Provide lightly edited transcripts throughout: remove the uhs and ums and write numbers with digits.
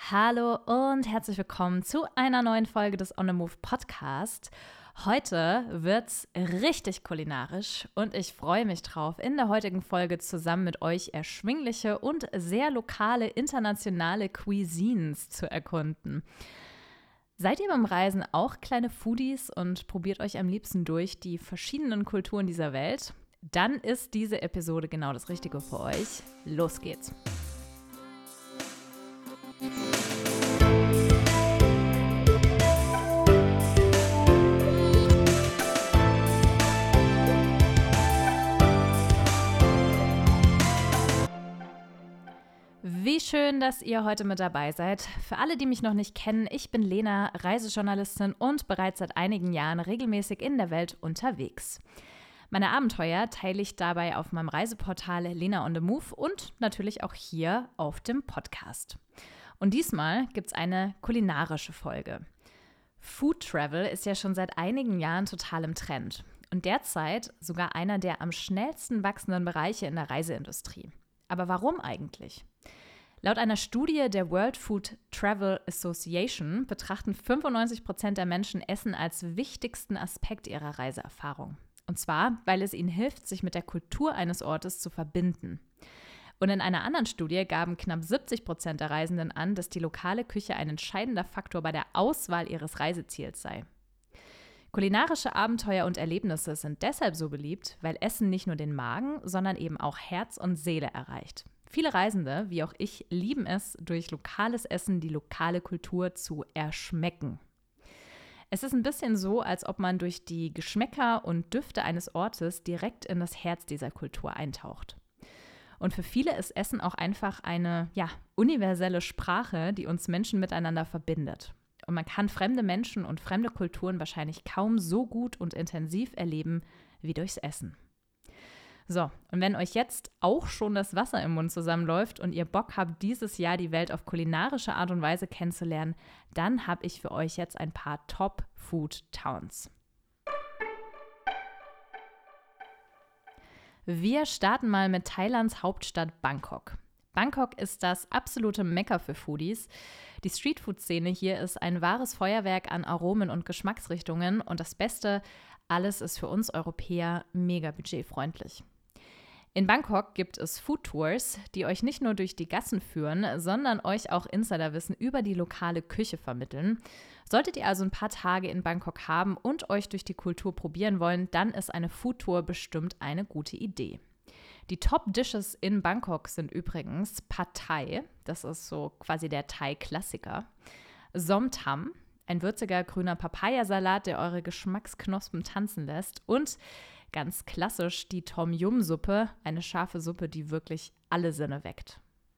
Hallo und herzlich willkommen zu einer neuen Folge des On the Move Podcast. Heute wird's richtig kulinarisch und ich freue mich drauf, in der heutigen Folge zusammen mit euch erschwingliche und sehr lokale internationale Cuisines zu erkunden. Seid ihr beim Reisen auch kleine Foodies und probiert euch am liebsten durch die verschiedenen Kulturen dieser Welt? Dann ist diese Episode genau das Richtige für euch. Los geht's! Wie schön, dass ihr heute mit dabei seid. Für alle, die mich noch nicht kennen, ich bin Lena, Reisejournalistin und bereits seit einigen Jahren regelmäßig in der Welt unterwegs. Meine Abenteuer teile ich dabei auf meinem Reiseportal Lena on the Move und natürlich auch hier auf dem Podcast. Und diesmal gibt es eine kulinarische Folge. Food Travel ist ja schon seit einigen Jahren total im Trend und derzeit sogar einer der am schnellsten wachsenden Bereiche in der Reiseindustrie. Aber warum eigentlich? Laut einer Studie der World Food Travel Association betrachten 95% der Menschen Essen als wichtigsten Aspekt ihrer Reiseerfahrung. Und zwar, weil es ihnen hilft, sich mit der Kultur eines Ortes zu verbinden. Und in einer anderen Studie gaben knapp 70% der Reisenden an, dass die lokale Küche ein entscheidender Faktor bei der Auswahl ihres Reiseziels sei. Kulinarische Abenteuer und Erlebnisse sind deshalb so beliebt, weil Essen nicht nur den Magen, sondern eben auch Herz und Seele erreicht. Viele Reisende, wie auch ich, lieben es, durch lokales Essen die lokale Kultur zu erschmecken. Es ist ein bisschen so, als ob man durch die Geschmäcker und Düfte eines Ortes direkt in das Herz dieser Kultur eintaucht. Und für viele ist Essen auch einfach eine, universelle Sprache, die uns Menschen miteinander verbindet. Und man kann fremde Menschen und fremde Kulturen wahrscheinlich kaum so gut und intensiv erleben wie durchs Essen. So, und wenn euch jetzt auch schon das Wasser im Mund zusammenläuft und ihr Bock habt, dieses Jahr die Welt auf kulinarische Art und Weise kennenzulernen, dann habe ich für euch jetzt ein paar Top-Food-Towns. Wir starten mal mit Thailands Hauptstadt Bangkok. Bangkok ist das absolute Mekka für Foodies. Die Streetfood-Szene hier ist ein wahres Feuerwerk an Aromen und Geschmacksrichtungen und das Beste, alles ist für uns Europäer mega budgetfreundlich. In Bangkok gibt es Food-Tours, die euch nicht nur durch die Gassen führen, sondern euch auch Insiderwissen über die lokale Küche vermitteln. Solltet ihr also ein paar Tage in Bangkok haben und euch durch die Kultur probieren wollen, dann ist eine Food-Tour bestimmt eine gute Idee. Die Top-Dishes in Bangkok sind übrigens Pad Thai, das ist so quasi der Thai-Klassiker, Som Tam, ein würziger grüner Papayasalat, der eure Geschmacksknospen tanzen lässt und ganz klassisch die Tom Yum Suppe, eine scharfe Suppe, die wirklich alle Sinne weckt.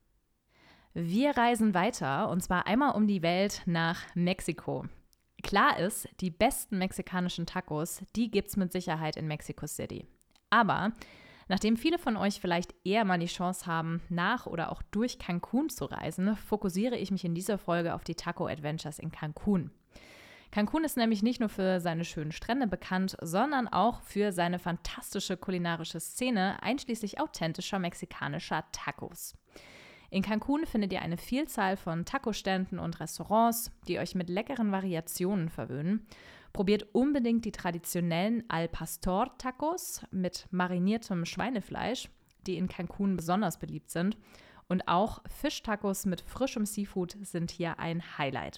Wir reisen weiter und zwar einmal um die Welt nach Mexiko. Klar ist, die besten mexikanischen Tacos, die gibt's mit Sicherheit in Mexico City. Aber nachdem viele von euch vielleicht eher mal die Chance haben, nach oder auch durch Cancun zu reisen, fokussiere ich mich in dieser Folge auf die Taco Adventures in Cancun. Cancun ist nämlich nicht nur für seine schönen Strände bekannt, sondern auch für seine fantastische kulinarische Szene, einschließlich authentischer mexikanischer Tacos. In Cancun findet ihr eine Vielzahl von Taco-Ständen und Restaurants, die euch mit leckeren Variationen verwöhnen. Probiert unbedingt die traditionellen Al Pastor Tacos mit mariniertem Schweinefleisch, die in Cancun besonders beliebt sind. Und auch Fischtacos mit frischem Seafood sind hier ein Highlight.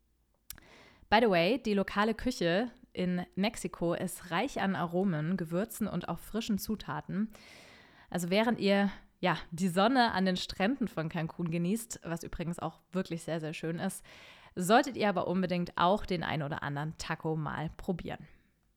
By the way, die lokale Küche in Mexiko ist reich an Aromen, Gewürzen und auch frischen Zutaten. Also während ihr die Sonne an den Stränden von Cancun genießt, was übrigens auch wirklich sehr, sehr schön ist, solltet ihr aber unbedingt auch den ein oder anderen Taco mal probieren.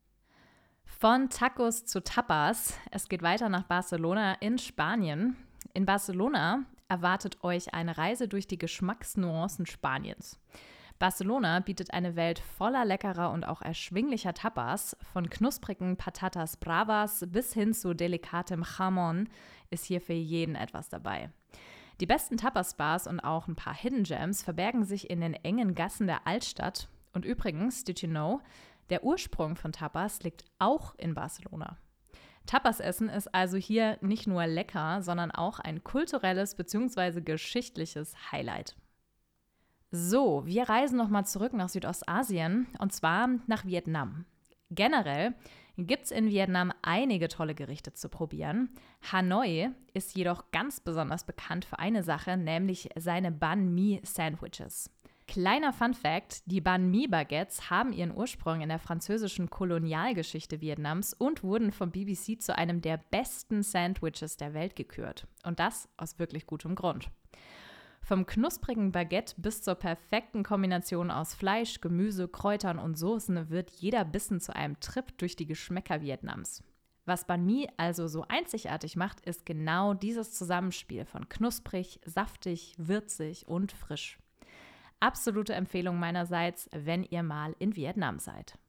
Von Tacos zu Tapas. Es geht weiter nach Barcelona in Spanien. In Barcelona erwartet euch eine Reise durch die Geschmacksnuancen Spaniens. Barcelona bietet eine Welt voller leckerer und auch erschwinglicher Tapas. Von knusprigen Patatas Bravas bis hin zu delikatem Jamón ist hier für jeden etwas dabei. Die besten Tapas-Bars und auch ein paar Hidden Gems verbergen sich in den engen Gassen der Altstadt. Und übrigens, did you know, der Ursprung von Tapas liegt auch in Barcelona. Tapas-Essen ist also hier nicht nur lecker, sondern auch ein kulturelles bzw. geschichtliches Highlight. So, wir reisen nochmal zurück nach Südostasien und zwar nach Vietnam. Generell gibt es in Vietnam einige tolle Gerichte zu probieren. Hanoi ist jedoch ganz besonders bekannt für eine Sache, nämlich seine Banh Mi Sandwiches. Kleiner Fun-Fact: Die Banh Mi-Baguettes haben ihren Ursprung in der französischen Kolonialgeschichte Vietnams und wurden vom BBC zu einem der besten Sandwiches der Welt gekürt. Und das aus wirklich gutem Grund. Vom knusprigen Baguette bis zur perfekten Kombination aus Fleisch, Gemüse, Kräutern und Soßen wird jeder Bissen zu einem Trip durch die Geschmäcker Vietnams. Was Banh Mi also so einzigartig macht, ist genau dieses Zusammenspiel von knusprig, saftig, würzig und frisch. Absolute Empfehlung meinerseits, wenn ihr mal in Vietnam seid.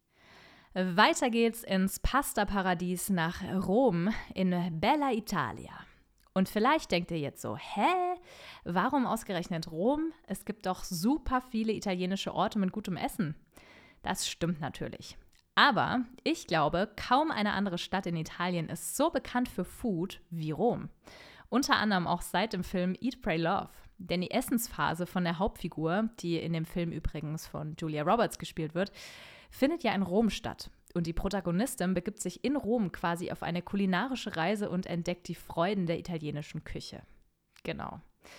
Weiter geht's ins Pasta-Paradies nach Rom in Bella Italia. Und vielleicht denkt ihr jetzt so, warum ausgerechnet Rom? Es gibt doch super viele italienische Orte mit gutem Essen. Das stimmt natürlich. Aber ich glaube, kaum eine andere Stadt in Italien ist so bekannt für Food wie Rom. Unter anderem auch seit dem Film Eat, Pray, Love. Denn die Essensphase von der Hauptfigur, die in dem Film übrigens von Julia Roberts gespielt wird, findet ja in Rom statt. Und die Protagonistin begibt sich in Rom quasi auf eine kulinarische Reise und entdeckt die Freuden der italienischen Küche. Genau.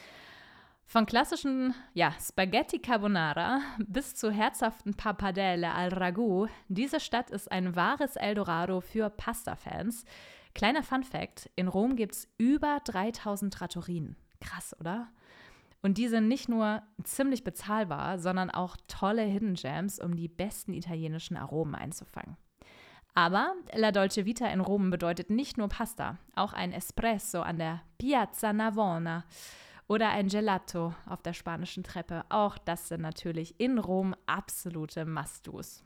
Von klassischen Spaghetti Carbonara bis zu herzhaften Pappardelle al Ragù, diese Stadt ist ein wahres Eldorado für Pasta-Fans. Kleiner Fun-Fact: In Rom gibt es über 3000 Trattorien. Krass, oder? Und die sind nicht nur ziemlich bezahlbar, sondern auch tolle Hidden Gems, um die besten italienischen Aromen einzufangen. Aber La Dolce Vita in Rom bedeutet nicht nur Pasta, auch ein Espresso an der Piazza Navona oder ein Gelato auf der spanischen Treppe. Auch das sind natürlich in Rom absolute Must-Dos.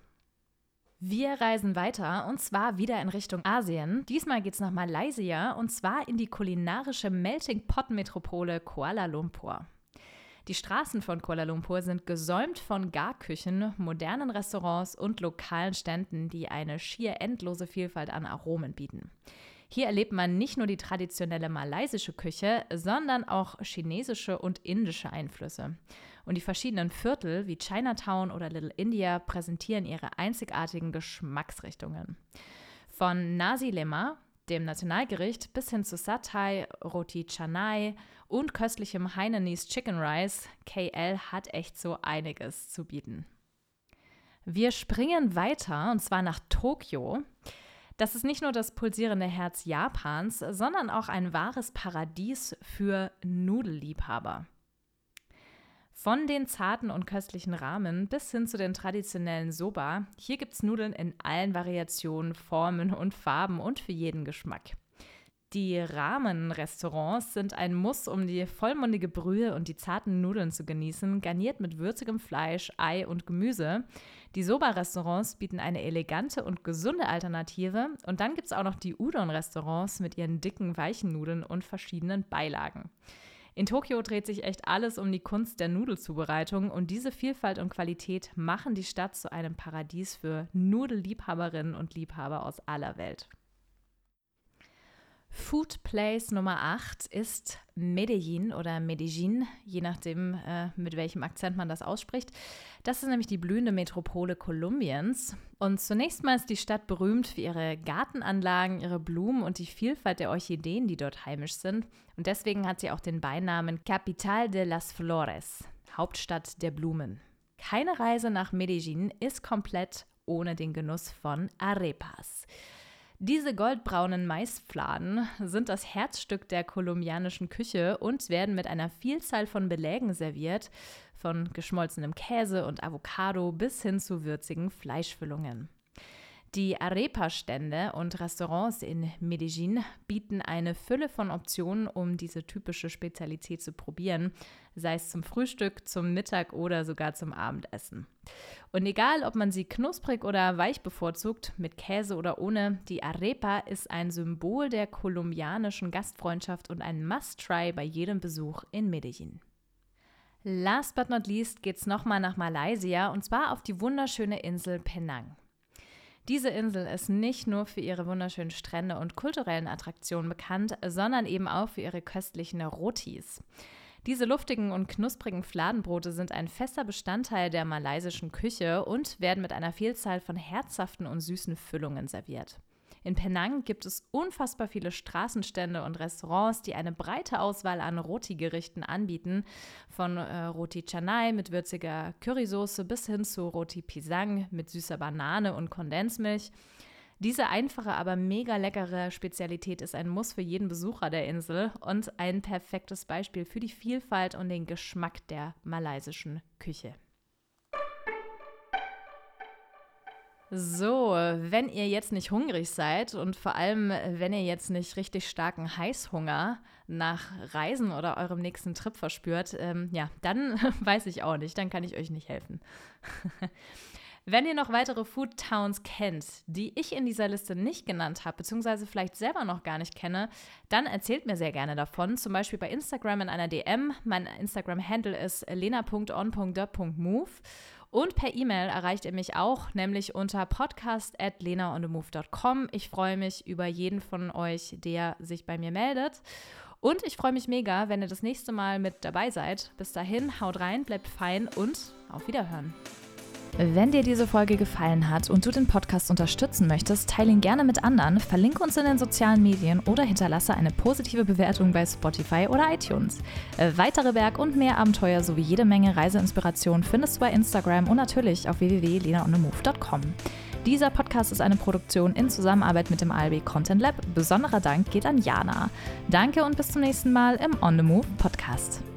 Wir reisen weiter und zwar wieder in Richtung Asien. Diesmal geht es nach Malaysia und zwar in die kulinarische Melting-Pot-Metropole Kuala Lumpur. Die Straßen von Kuala Lumpur sind gesäumt von Garküchen, modernen Restaurants und lokalen Ständen, die eine schier endlose Vielfalt an Aromen bieten. Hier erlebt man nicht nur die traditionelle malaysische Küche, sondern auch chinesische und indische Einflüsse. Und die verschiedenen Viertel wie Chinatown oder Little India präsentieren ihre einzigartigen Geschmacksrichtungen. Von Nasi Lemak, dem Nationalgericht, bis hin zu Satay, Roti Canai und köstlichem Hainanese Chicken Rice, KL hat echt so einiges zu bieten. Wir springen weiter und zwar nach Tokio. Das ist nicht nur das pulsierende Herz Japans, sondern auch ein wahres Paradies für Nudelliebhaber. Von den zarten und köstlichen Ramen bis hin zu den traditionellen Soba, hier gibt es Nudeln in allen Variationen, Formen und Farben und für jeden Geschmack. Die Ramen-Restaurants sind ein Muss, um die vollmundige Brühe und die zarten Nudeln zu genießen, garniert mit würzigem Fleisch, Ei und Gemüse. Die Soba-Restaurants bieten eine elegante und gesunde Alternative. Und dann gibt es auch noch die Udon-Restaurants mit ihren dicken, weichen Nudeln und verschiedenen Beilagen. In Tokio dreht sich echt alles um die Kunst der Nudelzubereitung und diese Vielfalt und Qualität machen die Stadt zu einem Paradies für Nudelliebhaberinnen und Liebhaber aus aller Welt. Food Place Nummer 8 ist Medellin oder Medellin, je nachdem, mit welchem Akzent man das ausspricht. Das ist nämlich die blühende Metropole Kolumbiens. Und zunächst mal ist die Stadt berühmt für ihre Gartenanlagen, ihre Blumen und die Vielfalt der Orchideen, die dort heimisch sind. Und deswegen hat sie auch den Beinamen Capital de las Flores, Hauptstadt der Blumen. Keine Reise nach Medellin ist komplett ohne den Genuss von Arepas. Diese goldbraunen Maisfladen sind das Herzstück der kolumbianischen Küche und werden mit einer Vielzahl von Belägen serviert, von geschmolzenem Käse und Avocado bis hin zu würzigen Fleischfüllungen. Die Arepa-Stände und Restaurants in Medellin bieten eine Fülle von Optionen, um diese typische Spezialität zu probieren, sei es zum Frühstück, zum Mittag oder sogar zum Abendessen. Und egal, ob man sie knusprig oder weich bevorzugt, mit Käse oder ohne, die Arepa ist ein Symbol der kolumbianischen Gastfreundschaft und ein Must-Try bei jedem Besuch in Medellin. Last but not least geht's nochmal nach Malaysia und zwar auf die wunderschöne Insel Penang. Diese Insel ist nicht nur für ihre wunderschönen Strände und kulturellen Attraktionen bekannt, sondern eben auch für ihre köstlichen Rotis. Diese luftigen und knusprigen Fladenbrote sind ein fester Bestandteil der malaysischen Küche und werden mit einer Vielzahl von herzhaften und süßen Füllungen serviert. In Penang gibt es unfassbar viele Straßenstände und Restaurants, die eine breite Auswahl an Roti-Gerichten anbieten, von Roti Canai mit würziger Currysoße bis hin zu Roti Pisang mit süßer Banane und Kondensmilch. Diese einfache, aber mega leckere Spezialität ist ein Muss für jeden Besucher der Insel und ein perfektes Beispiel für die Vielfalt und den Geschmack der malaysischen Küche. So, wenn ihr jetzt nicht hungrig seid und vor allem, wenn ihr jetzt nicht richtig starken Heißhunger nach Reisen oder eurem nächsten Trip verspürt, dann weiß ich auch nicht, dann kann ich euch nicht helfen. Wenn ihr noch weitere Food Towns kennt, die ich in dieser Liste nicht genannt habe, beziehungsweise vielleicht selber noch gar nicht kenne, dann erzählt mir sehr gerne davon, zum Beispiel bei Instagram in einer DM. Mein Instagram-Handle ist lena.on.the.move. Und per E-Mail erreicht ihr mich auch, nämlich unter podcast@lenaonthemove.com. Ich freue mich über jeden von euch, der sich bei mir meldet. Und ich freue mich mega, wenn ihr das nächste Mal mit dabei seid. Bis dahin, haut rein, bleibt fein und auf Wiederhören. Wenn dir diese Folge gefallen hat und du den Podcast unterstützen möchtest, teile ihn gerne mit anderen, verlinke uns in den sozialen Medien oder hinterlasse eine positive Bewertung bei Spotify oder iTunes. Weitere Berg- und mehr Abenteuer sowie jede Menge Reiseinspiration findest du bei Instagram und natürlich auf www.lenaonthemove.com. Dieser Podcast ist eine Produktion in Zusammenarbeit mit dem ALB Content Lab. Besonderer Dank geht an Jana. Danke und bis zum nächsten Mal im On The Move Podcast.